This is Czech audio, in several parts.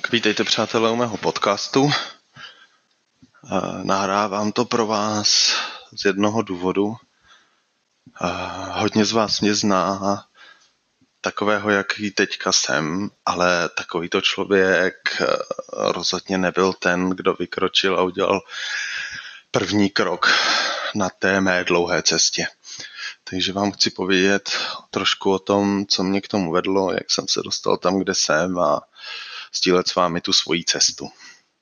Tak vítejte, přátelé, u mého podcastu. Nahrávám to pro vás z jednoho důvodu. Hodně z vás mě zná takového, jaký teďka jsem, ale takovýto člověk rozhodně nebyl ten, kdo vykročil a udělal první krok na té mé dlouhé cestě. Takže vám chci povědět trošku o tom, co mě k tomu vedlo, jak jsem se dostal tam, kde jsem a sdílet s vámi tu svoji cestu.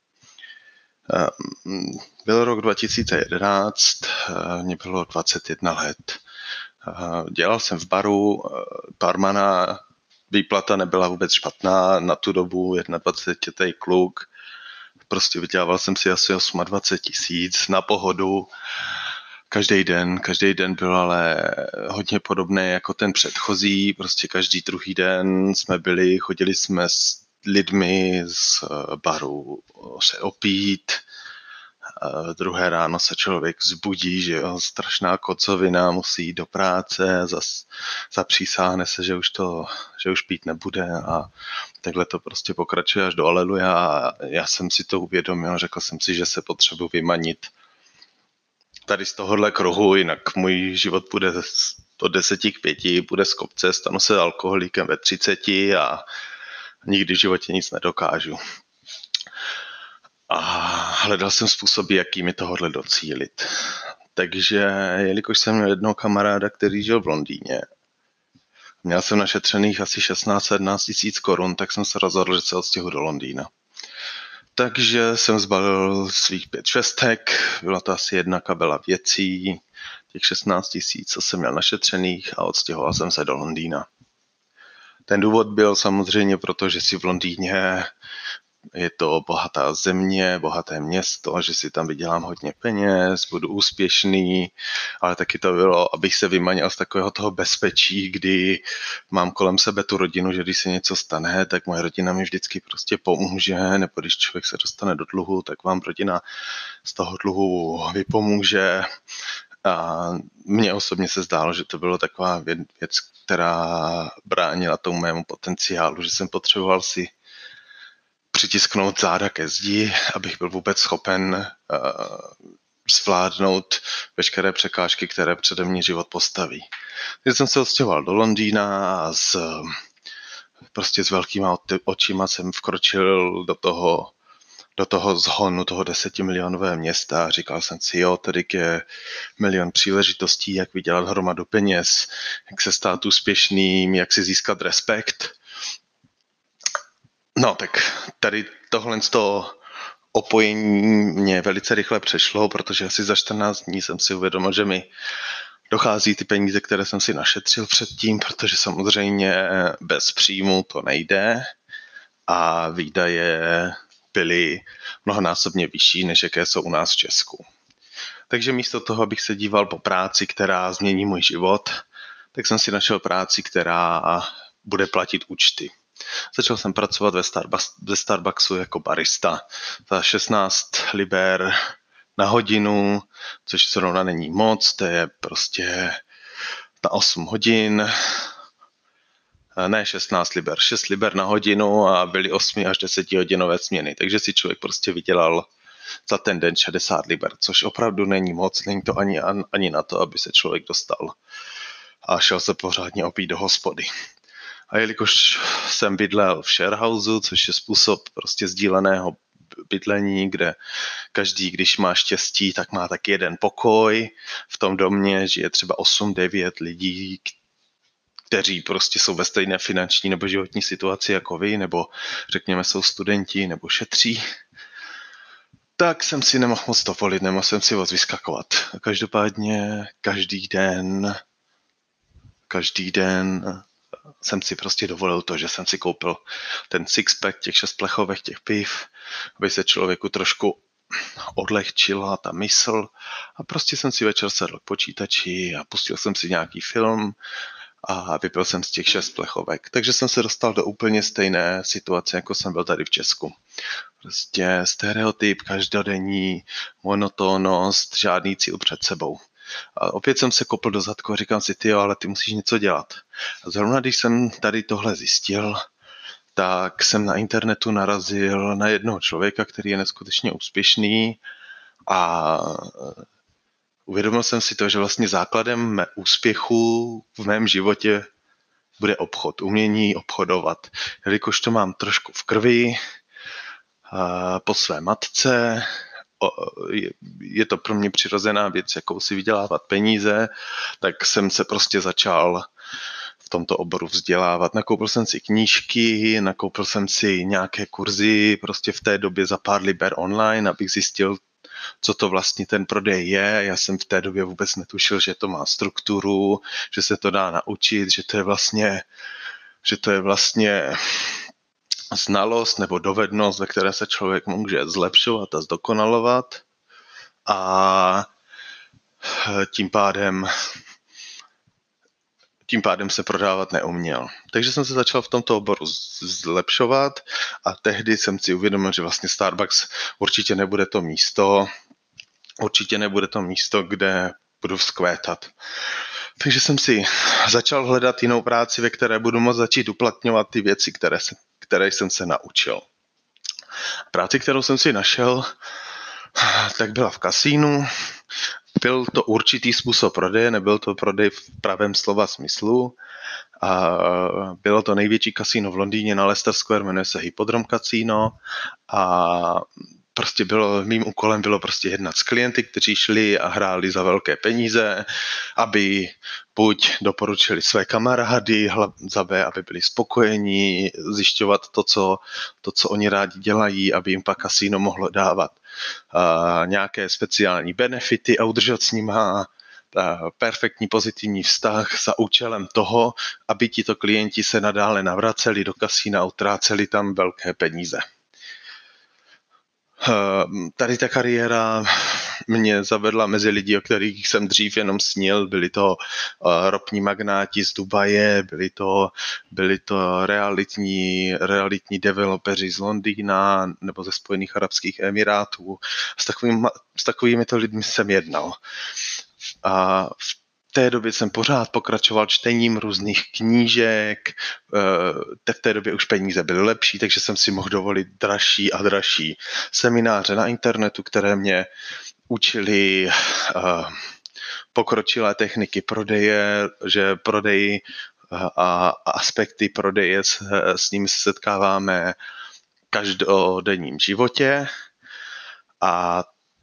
Byl rok 2011, mě bylo 21 let. Dělal jsem v baru barmana, výplata nebyla vůbec špatná, na tu dobu 21letý kluk. Prostě vydělával jsem si asi 28 000 na pohodu. Každý den byl ale hodně podobný jako ten předchozí. Prostě každý druhý den jsme chodili jsme s lidmi z baru se opít. Druhé ráno se člověk vzbudí, že jo, strašná kocovina, musí jít do práce, zapřísáhne se, že už pít nebude a takhle to prostě pokračuje až do aleluja a já jsem si to uvědomil, řekl jsem si, že se potřebuji vymanit tady z tohohle kruhu, jinak můj život bude od 10 k 5, bude z kopce, stanu se alkoholikem ve 30 a nikdy v životě nic nedokážu. A hledal jsem způsoby, jaký mi tohle docílit. Takže, jelikož jsem měl jednoho kamaráda, který žil v Londýně, měl jsem našetřených asi 16-17 tisíc korun, tak jsem se rozhodl, že se odstěhuji do Londýna. Takže jsem zbalil svých 5 šestek, byla to asi jedna kabela věcí, těch 16 tisíc, co jsem měl našetřených a odstěhoval jsem se do Londýna. Ten důvod byl samozřejmě proto, že si v Londýně je to bohatá země, bohaté město, že si tam vydělám hodně peněz, budu úspěšný, ale taky to bylo, abych se vymanil z takového toho bezpečí, kdy mám kolem sebe tu rodinu, že když se něco stane, tak moje rodina mi vždycky prostě pomůže, nebo když člověk se dostane do dluhu, tak vám rodina z toho dluhu vypomůže. A mně osobně se zdálo, že to bylo taková věc, která bránila tomu mému potenciálu, že jsem potřeboval si přitisknout záda ke zdi, abych byl vůbec schopen zvládnout veškeré překážky, které přede mě život postaví. Když jsem se odstěhoval do Londýna a prostě s velkýma očima jsem vkročil do toho zhonu, toho 10milionového města a říkal jsem si, jo, tady je milion příležitostí, jak vydělat hromadu peněz, jak se stát úspěšným, jak si získat respekt. No tak tady tohle z toho opojení mě velice rychle přešlo, protože asi za 14 dní jsem si uvědomil, že mi dochází ty peníze, které jsem si našetřil předtím, protože samozřejmě bez příjmu to nejde a výdaje byly mnohonásobně vyšší, než jaké jsou u nás v Česku. Takže místo toho, abych se díval po práci, která změní můj život, tak jsem si našel práci, která bude platit účty. Začal jsem pracovat ve Starbucksu jako barista za 16 liber na hodinu, což zrovna není moc, to je prostě na 8 hodin, ne 16 liber, 6 liber na hodinu a byly 8 až 10 hodinové směny, takže si člověk prostě vydělal za ten den 60 liber, což opravdu není moc, není to ani na to, aby se člověk dostal a šel se pořádně opít do hospody. A jelikož jsem bydlel v sharehouseu, což je způsob prostě sdíleného bydlení, kde každý, když má štěstí, tak má tak jeden pokoj. V tom domě žije třeba 8-9 lidí, kteří prostě jsou ve stejné finanční nebo životní situaci jako vy, nebo řekněme jsou studenti nebo šetří. Tak jsem si nemohl moc dovolit, nemohl jsem si moc vyskakovat. Každopádně každý den jsem si prostě dovolil to, že jsem si koupil ten sixpack, těch 6 plechovek, těch piv, aby se člověku trošku odlehčila ta mysl a prostě jsem si večer sedl k počítači a pustil jsem si nějaký film a vypil jsem z těch 6 plechovek. Takže jsem se dostal do úplně stejné situace, jako jsem byl tady v Česku. Prostě stereotyp, každodenní, monotónnost, žádný cíl před sebou. A opět jsem se kopl do zadku a říkám si, ale ty musíš něco dělat. A zrovna když jsem tady tohle zjistil, tak jsem na internetu narazil na jednoho člověka, který je neskutečně úspěšný a uvědomil jsem si to, že vlastně základem úspěchu v mém životě bude obchod, umění obchodovat. Jelikož to mám trošku v krvi, po své matce, je to pro mě přirozená věc, jakou si vydělávat peníze, tak jsem se prostě začal v tomto oboru vzdělávat. Nakoupil jsem si knížky, nakoupil jsem si nějaké kurzy, prostě v té době za pár liber online, abych zjistil, co to vlastně ten prodej je. Já jsem v té době vůbec netušil, že to má strukturu, že se to dá naučit, že to je vlastně znalost nebo dovednost, ve které se člověk může zlepšovat a zdokonalovat a tím pádem se prodávat neuměl. Takže jsem se začal v tomto oboru zlepšovat a tehdy jsem si uvědomil, že vlastně Starbucks určitě nebude to místo, kde budu vzkvétat. Takže jsem si začal hledat jinou práci, ve které budu moct začít uplatňovat ty věci, které jsem se naučil. Práci, kterou jsem si našel, tak byla v kasínu. Byl to určitý způsob prodeje, nebyl to prodej v pravém slova smyslu. A bylo to největší kasíno v Londýně na Leicester Square, jmenuje se Hippodrome Casino a prostě mým úkolem bylo prostě jednat s klienty, kteří šli a hráli za velké peníze, aby buď doporučili své kamarády, za B, aby byli spokojení, zjišťovat to, co oni rádi dělají, aby jim pak kasíno mohlo dávat nějaké speciální benefity a udržet s nima perfektní pozitivní vztah za účelem toho, aby tito klienti se nadále navraceli do kasína a utráceli tam velké peníze. Tady ta kariéra mě zavedla mezi lidi, o kterých jsem dřív jenom snil. Byli to ropní magnáti z Dubaje, byli to realitní developeři z Londýna nebo ze Spojených arabských emirátů. S takovými lidmi jsem jednal. A v té době jsem pořád pokračoval čtením různých knížek, v té době už peníze byly lepší, takže jsem si mohl dovolit dražší a dražší semináře na internetu, které mě učili pokročilé techniky prodeje, že prodej a aspekty prodeje s nimi se setkáváme v každodenním životě a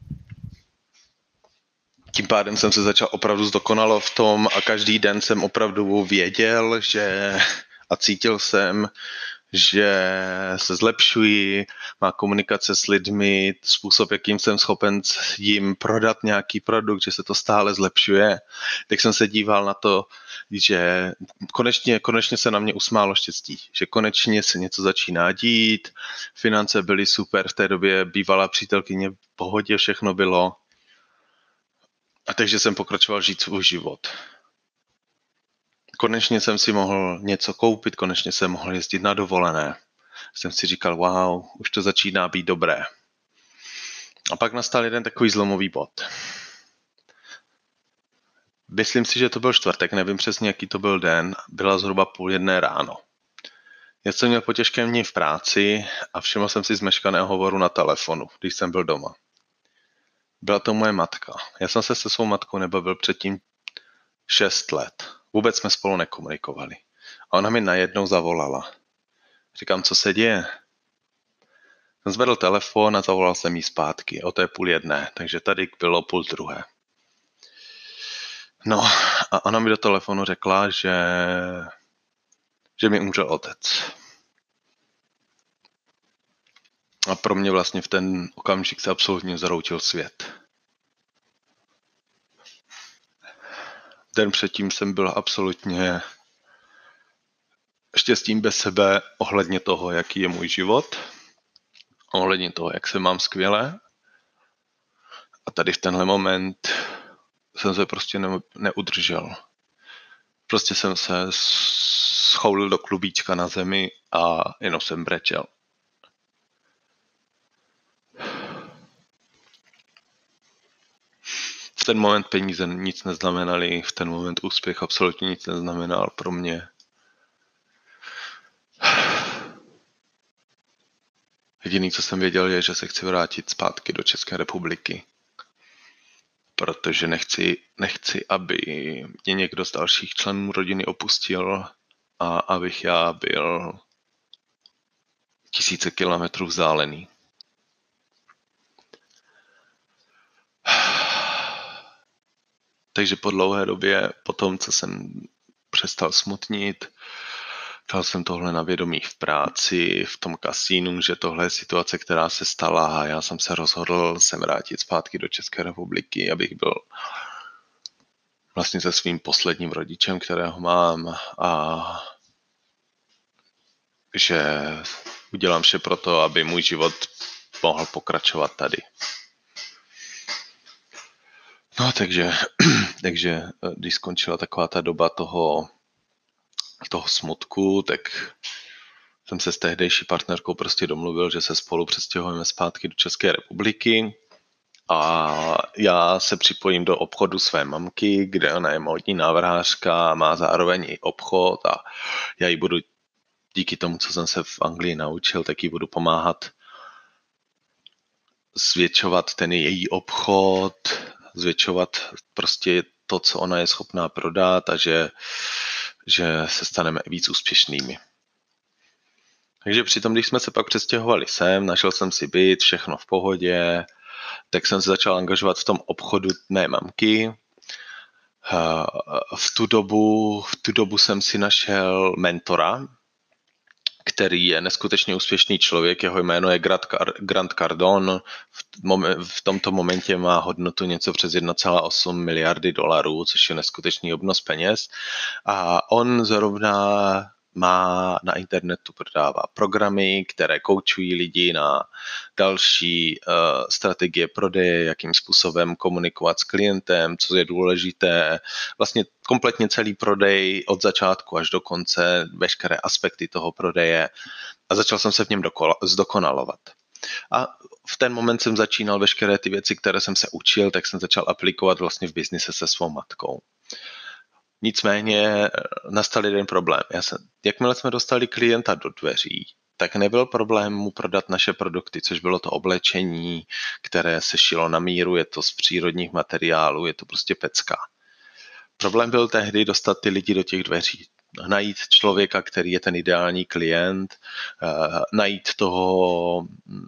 tím pádem jsem se začal opravdu zdokonalovat v tom a každý den jsem opravdu věděl, a cítil jsem, že se zlepšuji, má komunikace s lidmi, způsob, jakým jsem schopen jim prodat nějaký produkt, že se to stále zlepšuje. Tak jsem se díval na to, že konečně se na mě usmálo štěstí, že konečně se něco začíná dít, finance byly super, v té době bývalá přítelkyně v pohodě, všechno bylo. A takže jsem pokračoval žít svůj život. Konečně jsem si mohl něco koupit, konečně jsem mohl jezdit na dovolené. Jsem si říkal, wow, už to začíná být dobré. A pak nastal jeden takový zlomový bod. Myslím si, že to byl čtvrtek, nevím přesně, jaký to byl den, byla zhruba 12:30 ráno. Já jsem měl po těžkém dni v práci a všiml jsem si zmeškaného hovoru na telefonu, když jsem byl doma. Byla to moje matka. Já jsem se svou matkou nebavil předtím 6 let. Vůbec jsme spolu nekomunikovali. A ona mi najednou zavolala. Říkám, co se děje? Jsem zvedl telefon a zavolal jsem jí zpátky. O té 12:30, takže tady bylo 12:30. No a ona mi do telefonu řekla, že mi umřel otec. A pro mě vlastně v ten okamžik se absolutně zaroutil svět. Den předtím jsem byl absolutně štěstím bez sebe ohledně toho, jaký je můj život, ohledně toho, jak se mám skvěle. A tady v tenhle moment jsem se prostě neudržel. Prostě jsem se schoulil do klubíčka na zemi a jenom jsem brečel. V ten moment peníze nic neznamenaly, v ten moment úspěch absolutně nic neznamenal pro mě. Jediný, co jsem věděl, je, že se chci vrátit zpátky do České republiky. Protože nechci, aby mě někdo z dalších členů rodiny opustil a abych já byl tisíce kilometrů vzdálený. Takže po dlouhé době, po tom, co jsem přestal smutnit, dal jsem tohle na vědomí v práci, v tom kasínu, že tohle je situace, která se stala a já jsem se rozhodl se vrátit zpátky do České republiky, abych byl vlastně se svým posledním rodičem, kterého mám a že udělám vše pro to, aby můj život mohl pokračovat tady. No takže když skončila taková ta doba toho smutku, tak jsem se s tehdejší partnerkou prostě domluvil, že se spolu přestěhujeme zpátky do České republiky a já se připojím do obchodu své mamky, kde ona je módní návrhářka a má zároveň i obchod a já jí budu díky tomu, co jsem se v Anglii naučil, tak jí budu pomáhat zvětšovat ten její obchod, zvětšovat prostě to, co ona je schopná prodat a že se staneme víc úspěšnými. Takže přitom, když jsme se pak přestěhovali sem, našel jsem si byt, všechno v pohodě, tak jsem se začal angažovat v tom obchodu mé mamky. V tu dobu jsem si našel mentora, který je neskutečně úspěšný člověk, jeho jméno je Grant Cardone, v tomto momentě má hodnotu něco přes 1,8 miliardy dolarů, což je neskutečný obnos peněz a on zrovna na internetu prodává programy, které koučují lidi na další strategie prodeje, jakým způsobem komunikovat s klientem, co je důležité. Vlastně kompletně celý prodej od začátku až do konce, veškeré aspekty toho prodeje a začal jsem se v něm zdokonalovat. A v ten moment jsem začínal veškeré ty věci, které jsem se učil, tak jsem začal aplikovat vlastně v biznise se svou matkou. Nicméně nastal jeden problém. Jakmile jsme dostali klienta do dveří, tak nebyl problém mu prodat naše produkty, což bylo to oblečení, které se šilo na míru, je to z přírodních materiálů, je to prostě pecka. Problém byl tehdy dostat ty lidi do těch dveří. Najít člověka, který je ten ideální klient, najít toho,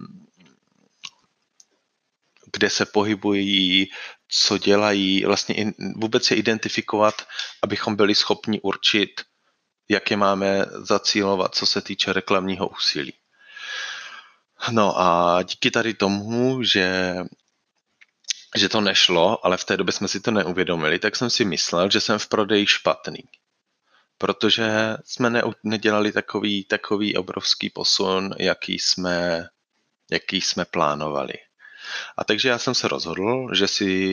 kde se pohybují, co dělají, vlastně vůbec je identifikovat, abychom byli schopni určit, jak je máme zacílovat, co se týče reklamního úsilí. No a díky tady tomu, že to nešlo, ale v té době jsme si to neuvědomili, tak jsem si myslel, že jsem v prodeji špatný. Protože jsme nedělali takový obrovský posun, jaký jsme plánovali. A takže já jsem se rozhodl, že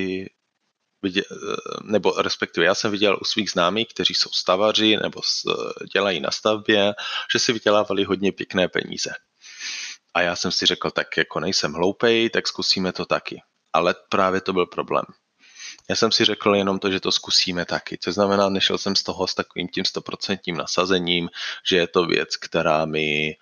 já jsem viděl u svých známých, kteří jsou stavaři nebo dělají na stavbě, že si vydělávali hodně pěkné peníze. A já jsem si řekl, tak jako nejsem hloupej, tak zkusíme to taky. Ale právě to byl problém. Já jsem si řekl jenom to, že to zkusíme taky. To znamená, nešel jsem z toho s takovým tím 100% nasazením, že je to věc, která mě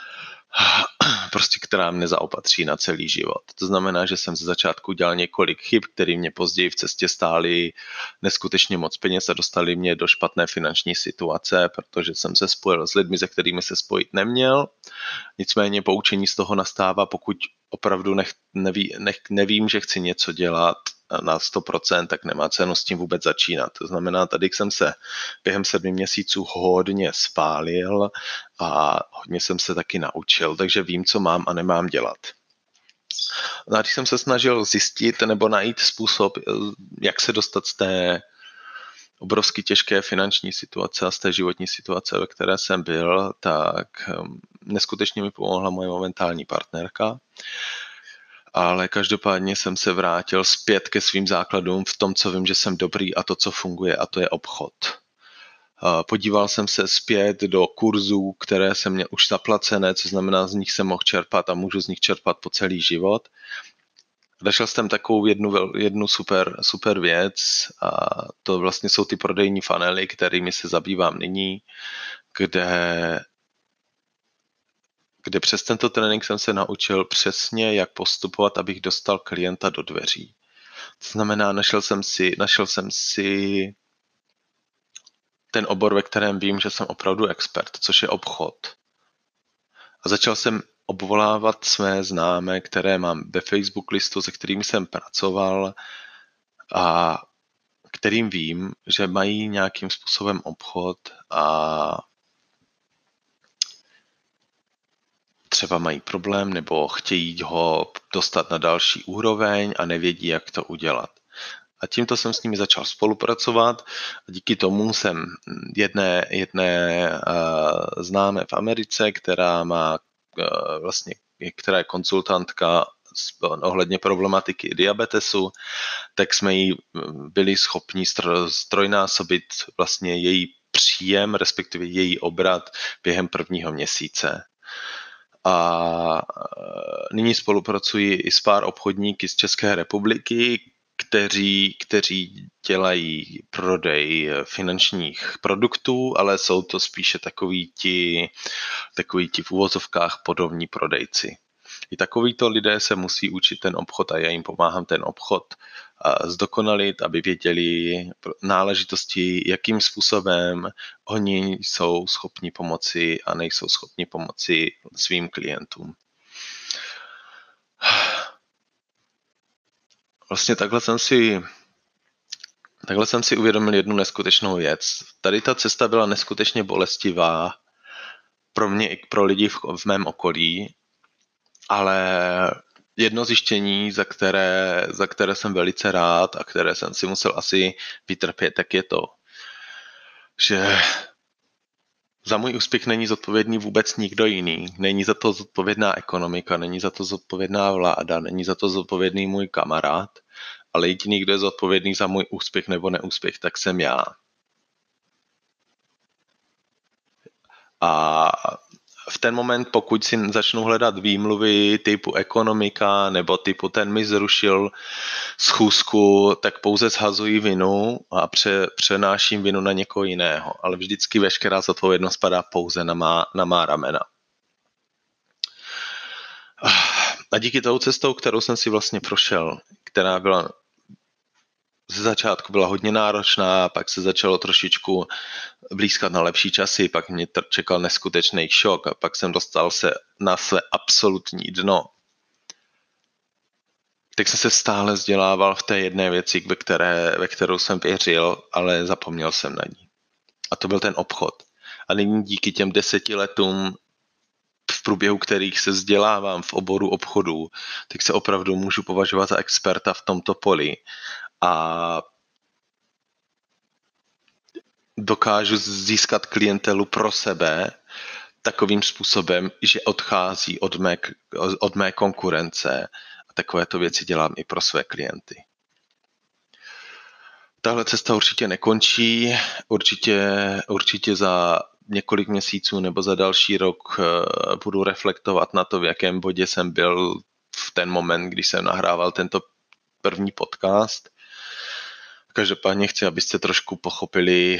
nezaopatří na celý život. To znamená, že jsem ze začátku dělal několik chyb, které mě později v cestě stály neskutečně moc peněz a dostali mě do špatné finanční situace, protože jsem se spojil s lidmi, se kterými se spojit neměl. Nicméně poučení z toho nastává, pokud opravdu nevím, že chci něco dělat na 100%, tak nemá cenu s tím vůbec začínat. To znamená, tady jsem se během 7 měsíců hodně spálil a hodně jsem se taky naučil, takže vím, co mám a nemám dělat. No a když jsem se snažil zjistit nebo najít způsob, jak se dostat z té obrovsky těžké finanční situace a z té životní situace, ve které jsem byl, tak neskutečně mi pomohla moje momentální partnerka. Ale každopádně jsem se vrátil zpět ke svým základům v tom, co vím, že jsem dobrý a to, co funguje, a to je obchod. Podíval jsem se zpět do kurzů, které jsem měl už zaplacené, co znamená, z nich jsem mohl čerpat a můžu z nich čerpat po celý život. Našel jsem takovou jednu super věc a to vlastně jsou ty prodejní funnely, kterými se zabývám nyní, kde kde přes tento trénink jsem se naučil přesně, jak postupovat, abych dostal klienta do dveří. To znamená, našel jsem si ten obor, ve kterém vím, že jsem opravdu expert, což je obchod. A začal jsem obvolávat své známé, které mám ve Facebook listu, se kterými jsem pracoval a kterým vím, že mají nějakým způsobem obchod a třeba mají problém nebo chtějí ho dostat na další úroveň a nevědí, jak to udělat. A tímto jsem s nimi začal spolupracovat a díky tomu jsem jedné známé v Americe, která je konzultantka ohledně problematiky diabetesu, tak jsme jí byli schopni strojnásobit vlastně její příjem, respektive její obrat během prvního měsíce. A nyní spolupracuji i s pár obchodníky z České republiky, kteří dělají prodej finančních produktů, ale jsou to spíše takoví ti v uvozovkách podobní prodejci. I takovýto lidé se musí učit ten obchod a já jim pomáhám ten obchod zdokonalit, aby věděli náležitosti, jakým způsobem oni jsou schopni pomoci a nejsou schopni pomoci svým klientům. Vlastně takhle jsem si uvědomil jednu neskutečnou věc. Tady ta cesta byla neskutečně bolestivá pro mě i pro lidi v mém okolí, ale jedno zjištění, za které jsem velice rád a které jsem si musel asi vytrpět, tak je to, že za můj úspěch není zodpovědný vůbec nikdo jiný. Není za to zodpovědná ekonomika, není za to zodpovědná vláda, není za to zodpovědný můj kamarád, ale jediný, kdo je zodpovědný za můj úspěch nebo neúspěch, tak jsem já. A v ten moment, pokud si začnu hledat výmluvy typu ekonomika nebo typu ten mi zrušil schůzku, tak pouze shazuji vinu a přenáším vinu na někoho jiného. Ale vždycky veškerá zodpovědnost padá pouze na má ramena. A díky tou cestou, kterou jsem si vlastně prošel, která byla ze začátku byla hodně náročná, pak se začalo trošičku blízkat na lepší časy, pak mě čekal neskutečný šok a pak jsem dostal se na své absolutní dno. Tak jsem se stále vzdělával v té jedné věci, ve kterou jsem věřil, ale zapomněl jsem na ní. A to byl ten obchod. A nyní díky těm 10 letům, v průběhu kterých se vzdělávám v oboru obchodů, tak se opravdu můžu považovat za experta v tomto poli. A dokážu získat klientelu pro sebe takovým způsobem, že odchází od mé konkurence a takovéto věci dělám i pro své klienty. Tahle cesta určitě nekončí, určitě za několik měsíců nebo za další rok budu reflektovat na to, v jakém bodě jsem byl v ten moment, když jsem nahrával tento první podcast. Každopádně chci, abyste trošku pochopili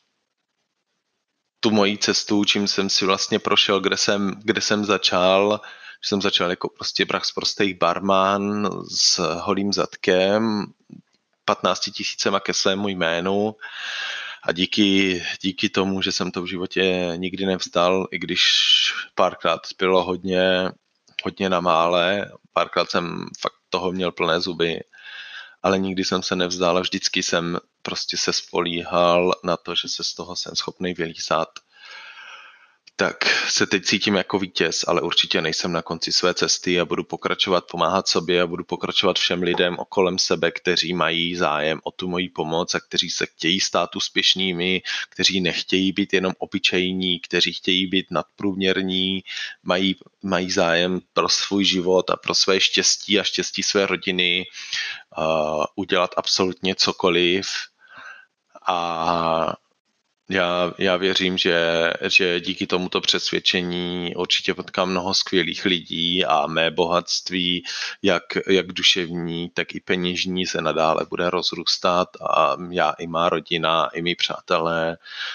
tu moji cestu, čím jsem si vlastně prošel, kde jsem začal. Že jsem začal jako prostě prostý barman s holým zadkem, 15 000 ke svému jménu a díky tomu, že jsem to v životě nikdy nevzdal, i když párkrát bylo hodně na mále, párkrát jsem fakt toho měl plné zuby, ale nikdy jsem se nevzdal a vždycky jsem prostě se spolíhal na to, že se z toho jsem schopný vylízat. Tak se teď cítím jako vítěz, ale určitě nejsem na konci své cesty a budu pokračovat pomáhat sobě a budu pokračovat všem lidem kolem sebe, kteří mají zájem o tu moji pomoc a kteří se chtějí stát úspěšnými, kteří nechtějí být jenom obyčejní, kteří chtějí být nadprůměrní, mají zájem pro svůj život a pro své štěstí a štěstí své rodiny udělat absolutně cokoliv a Já věřím, že díky tomuto přesvědčení určitě potkám mnoho skvělých lidí a mé bohatství, jak duševní, tak i peněžní, se nadále bude rozrůstat a já i má rodina, i mý přátelé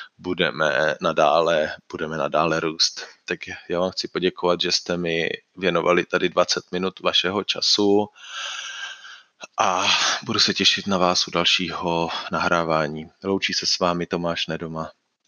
budeme nadále růst. Tak já vám chci poděkovat, že jste mi věnovali tady 20 minut vašeho času a budu se těšit na vás u dalšího nahrávání. Loučí se s vámi Tomáš Nedoma.